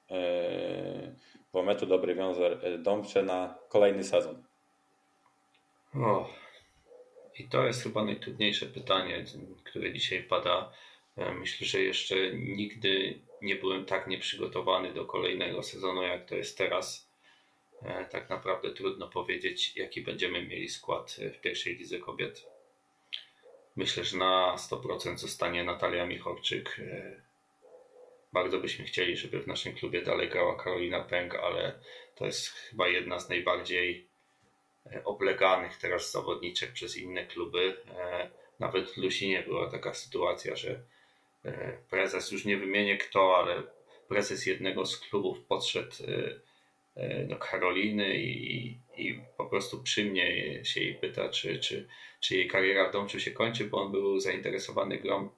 e, Wometu Dobry Wiązor Dąbcze na kolejny sezon? O, I to jest chyba najtrudniejsze pytanie, które dzisiaj pada. Myślę, że jeszcze nigdy nie byłem tak nieprzygotowany do kolejnego sezonu, jak to jest teraz. Tak naprawdę trudno powiedzieć, jaki będziemy mieli skład w pierwszej lidze kobiet. Myślę, że na sto procent zostanie Natalia Michorczyk. Bardzo byśmy chcieli, żeby w naszym klubie dalej grała Karolina Pęk, ale to jest chyba jedna z najbardziej obleganych teraz zawodniczek przez inne kluby. Nawet w Lusinie była taka sytuacja, że prezes, już nie wymienię kto, ale prezes jednego z klubów podszedł do Karoliny i, i po prostu przy mnie się jej pyta, czy, czy, czy jej kariera w Domczu się kończy, bo on był zainteresowany grą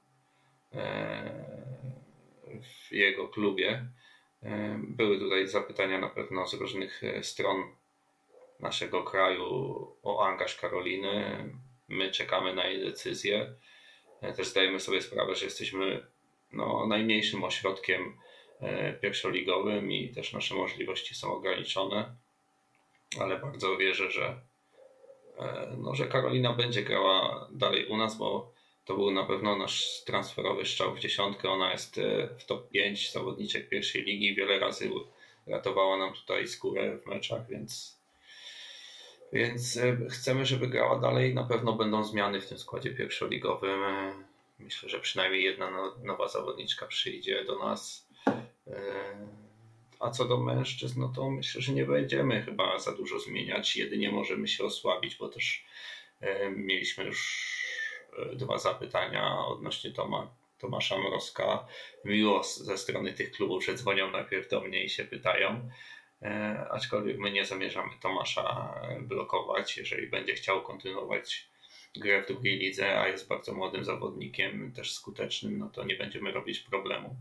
w jego klubie. Były tutaj zapytania na pewno z różnych stron naszego kraju o angaż Karoliny. My czekamy na jej decyzję. Też zdajemy sobie sprawę, że jesteśmy no, najmniejszym ośrodkiem pierwszoligowym i też nasze możliwości są ograniczone, ale bardzo wierzę, że, no, że Karolina będzie grała dalej u nas, bo to był na pewno nasz transferowy strzał w dziesiątkę. Ona jest w top pięć zawodniczek pierwszej ligi i wiele razy ratowała nam tutaj skórę w meczach, więc, więc chcemy, żeby grała dalej. Na pewno będą zmiany w tym składzie pierwszoligowym. Myślę, że przynajmniej jedna nowa zawodniczka przyjdzie do nas. A co do mężczyzn, no to myślę, że nie będziemy chyba za dużo zmieniać. Jedynie możemy się osłabić, bo też mieliśmy już dwa zapytania odnośnie Toma, Tomasza Mrozka. Miło ze strony tych klubów, że dzwonią najpierw do mnie i się pytają. Aczkolwiek my nie zamierzamy Tomasza blokować. Jeżeli będzie chciał kontynuować grę w drugiej lidze, a jest bardzo młodym zawodnikiem, też skutecznym, no to nie będziemy robić problemu.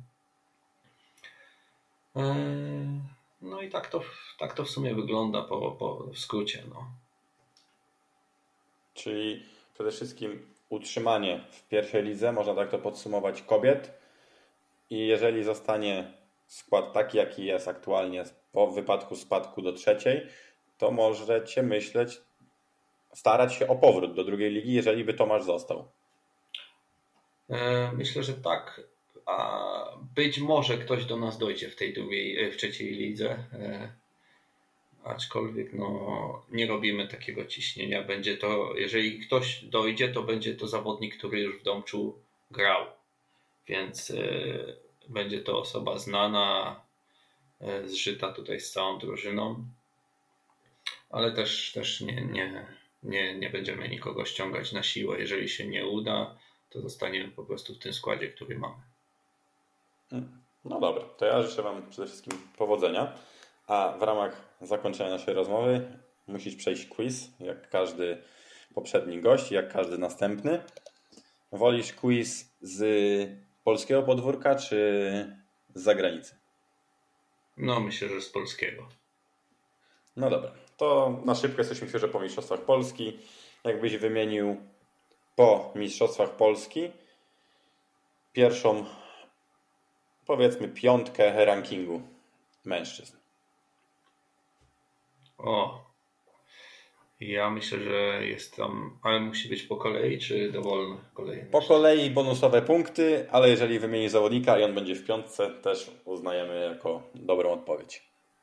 No i tak to, tak to w sumie wygląda po, po w skrócie. No. Czyli przede wszystkim utrzymanie w pierwszej lidze, można tak to podsumować, kobiet. I jeżeli zostanie skład taki, jaki jest aktualnie po wypadku spadku do trzeciej, to możecie myśleć, starać się o powrót do drugiej ligi, jeżeli by Tomasz został. Myślę, że tak. A być może ktoś do nas dojdzie w tej drugiej, w trzeciej lidze. Aczkolwiek no, nie robimy takiego ciśnienia. Będzie to, jeżeli ktoś dojdzie, to będzie to zawodnik, który już w Domczu grał. Więc y, będzie to osoba znana, y, zżyta tutaj z całą drużyną. Ale też, też nie, nie, nie, nie będziemy nikogo ściągać na siłę. Jeżeli się nie uda, to zostaniemy po prostu w tym składzie, który mamy. No dobra, to ja życzę Wam przede wszystkim powodzenia. A w ramach zakończenia naszej rozmowy musisz przejść quiz, jak każdy poprzedni gość, jak każdy następny. Wolisz quiz z polskiego podwórka czy z zagranicy? No myślę, że z polskiego. No dobra, to na szybko jesteśmy świeżo po Mistrzostwach Polski. Jakbyś wymienił po Mistrzostwach Polski pierwszą, powiedzmy, piątkę rankingu mężczyzn. O, ja myślę, że jest tam, ale musi być po kolei, czy dowolna kolejność? Po kolei bonusowe punkty, ale jeżeli wymieni zawodnika i on będzie w piątce, też uznajemy jako dobrą odpowiedź.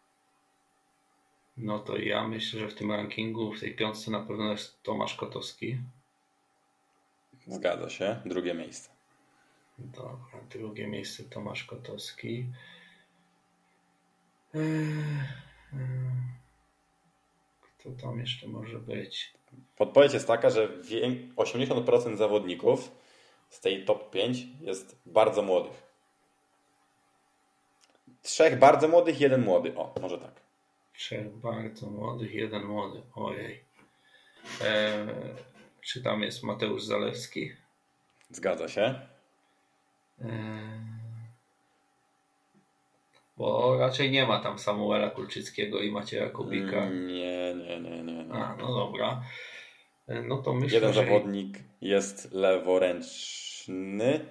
No to ja myślę, że w tym rankingu, w tej piątce na pewno jest Tomasz Kotowski. Zgadza się, drugie miejsce. Dobra, drugie miejsce Tomasz Kotowski. Kto tam jeszcze może być? Podpowiedź jest taka, że osiemdziesiąt procent zawodników z tej top pięć jest bardzo młodych. Trzech bardzo młodych, jeden młody. O, może tak. Trzech bardzo młodych, jeden młody. Ojej. Eee, czy tam jest Mateusz Zalewski? Zgadza się. Eee, bo raczej nie ma tam Samuela Kulczyckiego i Macieja Kubika. Nie, nie, nie, nie. nie. A, no dobra. No to myślę, jeden że... zawodnik jest leworęczny.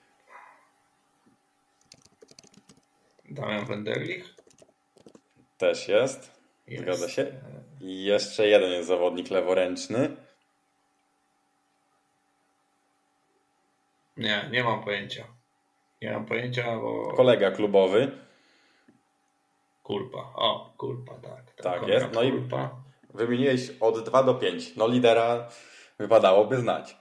Damian Wenderlich? Też jest. jest. Zgadza się. I jeszcze jeden jest zawodnik leworęczny. Nie, nie mam pojęcia. Nie mam pojęcia, bo... Kolega klubowy. Kulpa. O, Kulpa, tak. Tak Konrad jest. No Kulpa. i wymieniłeś od dwa do pięć. No lidera wypadałoby znać.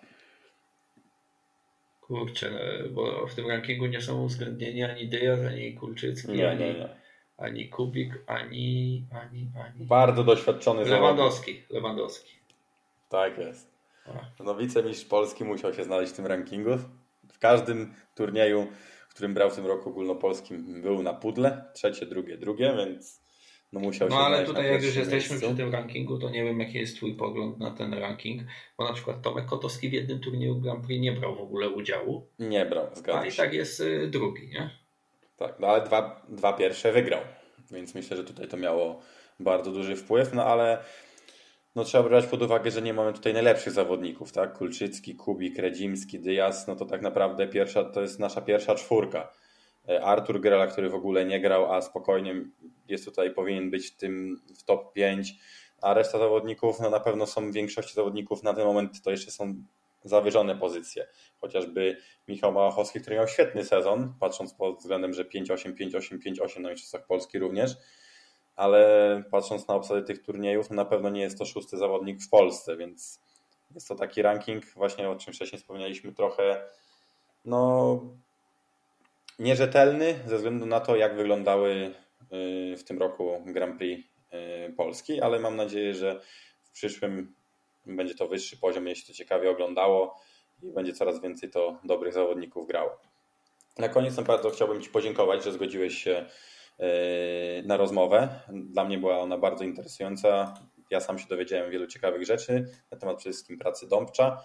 Kurczę, bo w tym rankingu nie są uwzględnieni ani Dyjas, ani Kulczycki, Nie, ani, nie, nie. ani Kubik, ani, ani, ani... Bardzo doświadczony zawodnik. Lewandowski. Lewandowski. Tak jest. A. No wicemistrz Polski musiał się znaleźć w tym rankingu. W każdym turnieju, w którym brał w tym roku ogólnopolskim, był na pudle. Trzecie, drugie, drugie, więc no musiał No się ale znaleźć tutaj na jak już pierwszym jesteśmy miejscu. przy tym rankingu, to nie wiem jaki jest twój pogląd na ten ranking, bo na przykład Tomek Kotowski w jednym turnieju Grand Prix nie brał w ogóle udziału, Nie brał, a zgadza i się. tak jest y, drugi, nie? Tak, no ale dwa, dwa pierwsze wygrał, więc myślę, że tutaj to miało bardzo duży wpływ, no ale no trzeba brać pod uwagę, że nie mamy tutaj najlepszych zawodników, tak? Kulczycki, Kubik, Redzimski, Dyjas, no to tak naprawdę pierwsza, to jest nasza pierwsza czwórka. Artur Grela, który w ogóle nie grał, a spokojnie jest tutaj, powinien być w tym w top pięć, a reszta zawodników, no na pewno są w większości zawodników na ten moment to jeszcze są zawyżone pozycje. Chociażby Michał Małachowski, który miał świetny sezon, patrząc pod względem, że pięć osiem, pięć osiem, pięć osiem na Mistrzostwach Polski również, ale patrząc na obsadę tych turniejów, no na pewno nie jest to szósty zawodnik w Polsce, więc jest to taki ranking, właśnie o czym wcześniej wspomnieliśmy, trochę no nierzetelny ze względu na to, jak wyglądały w tym roku Grand Prix Polski, ale mam nadzieję, że w przyszłym będzie to wyższy poziom, jeśli to ciekawie oglądało i będzie coraz więcej to dobrych zawodników grało. Na koniec na bardzo chciałbym Ci podziękować, że zgodziłeś się na rozmowę. Dla mnie była ona bardzo interesująca. Ja sam się dowiedziałem wielu ciekawych rzeczy na temat przede wszystkim pracy Dąbcza.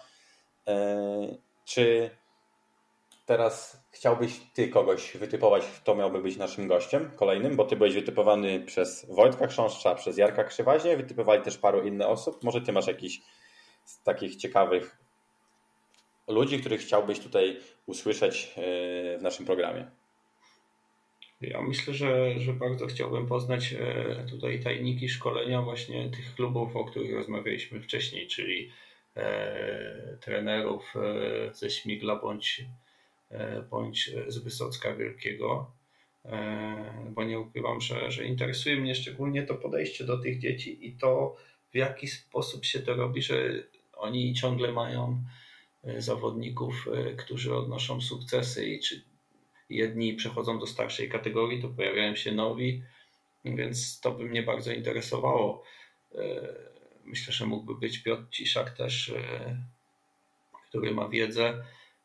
Czy teraz chciałbyś Ty kogoś wytypować, kto miałby być naszym gościem kolejnym? Bo Ty byłeś wytypowany przez Wojtka Chrząszcza, przez Jarka Krzywaźnie, wytypowali też paru innych osób. Może Ty masz jakiś z takich ciekawych ludzi, których chciałbyś tutaj usłyszeć w naszym programie? Ja myślę, że, że bardzo chciałbym poznać tutaj tajniki szkolenia właśnie tych klubów, o których rozmawialiśmy wcześniej, czyli e, trenerów e, ze Śmigla bądź, e, bądź z Wysocka Wielkiego, e, bo nie ukrywam, że, że interesuje mnie szczególnie to podejście do tych dzieci i to, w jaki sposób się to robi, że oni ciągle mają zawodników, którzy odnoszą sukcesy i czy jedni przechodzą do starszej kategorii, to pojawiają się nowi, więc to by mnie bardzo interesowało. Myślę, że mógłby być Piotr Ciszak też, który ma wiedzę.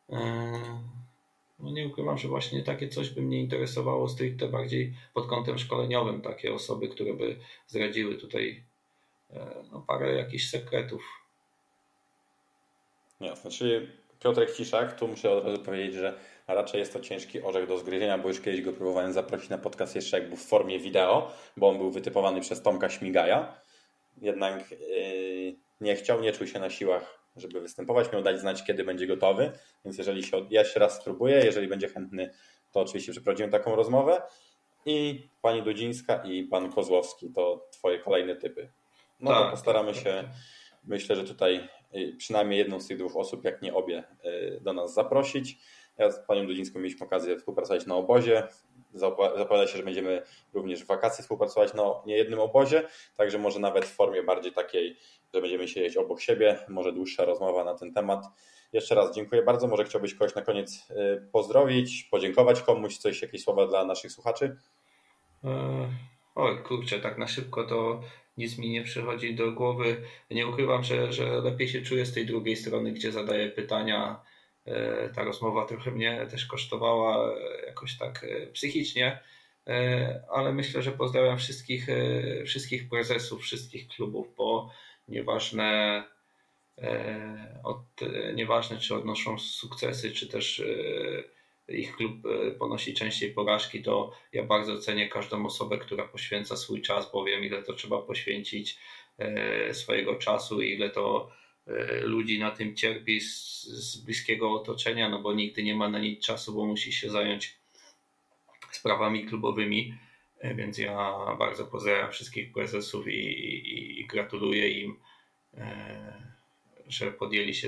No nie ukrywam, że właśnie takie coś by mnie interesowało stricte bardziej pod kątem szkoleniowym. Takie osoby, które by zdradziły tutaj no, parę jakichś sekretów. Jasne, czyli Piotrek Ciszak, tu muszę od razu powiedzieć, że raczej jest to ciężki orzech do zgryzienia, bo już kiedyś go próbowałem zaprosić na podcast jeszcze jak był w formie wideo, bo on był wytypowany przez Tomka Śmigaja. Jednak yy, nie chciał, nie czuł się na siłach, żeby występować. Miał dać znać, kiedy będzie gotowy, więc jeżeli się, ja jeszcze raz spróbuję, jeżeli będzie chętny, to oczywiście przeprowadzimy taką rozmowę. I pani Dudzińska i pan Kozłowski to twoje kolejne typy. No tak, to postaramy tak, się, tak, tak. Myślę, że tutaj przynajmniej jedną z tych dwóch osób, jak nie obie, do nas zaprosić. Ja z panią Dudzińską mieliśmy okazję współpracować na obozie. Zapowiada się, że będziemy również w wakacje współpracować na niejednym obozie, także może nawet w formie bardziej takiej, że będziemy siedzieć obok siebie, może dłuższa rozmowa na ten temat. Jeszcze raz dziękuję bardzo. Może chciałbyś kogoś na koniec pozdrowić, podziękować komuś, coś, jakieś słowa dla naszych słuchaczy? Oj, kurczę, tak na szybko to nic mi nie przychodzi do głowy. Nie ukrywam, że, że lepiej się czuję z tej drugiej strony, gdzie zadaję pytania. Ta rozmowa trochę mnie też kosztowała jakoś tak psychicznie, ale myślę, że pozdrawiam wszystkich, wszystkich prezesów, wszystkich klubów, bo nieważne, od, nieważne czy odnoszą sukcesy, czy też ich klub ponosi częściej porażki, to ja bardzo cenię każdą osobę, która poświęca swój czas, bo wiem, ile to trzeba poświęcić swojego czasu i ile to ludzi na tym cierpi z, z bliskiego otoczenia, no bo nigdy nie ma na nic czasu, bo musi się zająć sprawami klubowymi, więc ja bardzo pozdrawiam wszystkich prezesów i, i, i gratuluję im, że podjęli się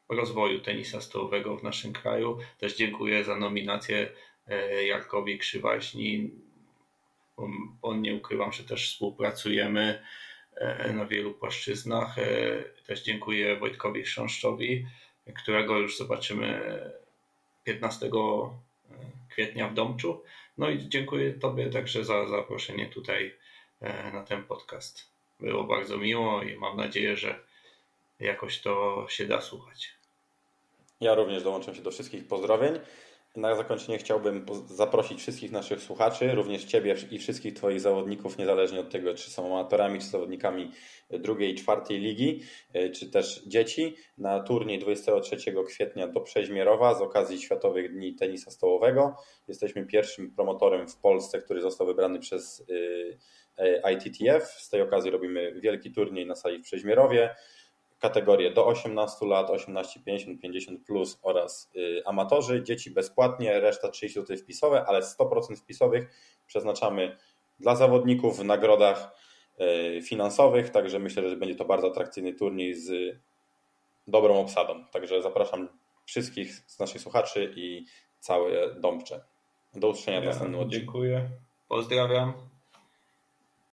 rozwoju tenisa stołowego w naszym kraju. Też dziękuję za nominację Jarkowi Krzywaźni. On, nie ukrywam, że też współpracujemy na wielu płaszczyznach. Też dziękuję Wojtkowi Chrząszczowi, którego już zobaczymy piętnastego kwietnia w Domczu. No i dziękuję Tobie także za zaproszenie tutaj na ten podcast. Było bardzo miło i mam nadzieję, że jakoś to się da słuchać. Ja również dołączam się do wszystkich pozdrowień. Na zakończenie chciałbym zaprosić wszystkich naszych słuchaczy, również Ciebie i wszystkich Twoich zawodników, niezależnie od tego, czy są amatorami, czy zawodnikami drugiej i czwartej ligi, czy też dzieci, na turniej dwudziestego trzeciego kwietnia do Przeźmierowa z okazji Światowych Dni Tenisa Stołowego. Jesteśmy pierwszym promotorem w Polsce, który został wybrany przez I T T F. Z tej okazji robimy wielki turniej na sali w Przeźmierowie. Kategorie do osiemnastu lat, osiemnaście pięćdziesiąt, pięćdziesiąt plus oraz y, amatorzy, dzieci bezpłatnie, reszta trzydzieści złotych wpisowe, ale sto procent wpisowych przeznaczamy dla zawodników w nagrodach y, finansowych, także myślę, że będzie to bardzo atrakcyjny turniej z dobrą obsadą. Także zapraszam wszystkich z naszych słuchaczy i całe Domcze. Do usłyszenia w Ja następnym odcinku. Dziękuję. Pozdrawiam.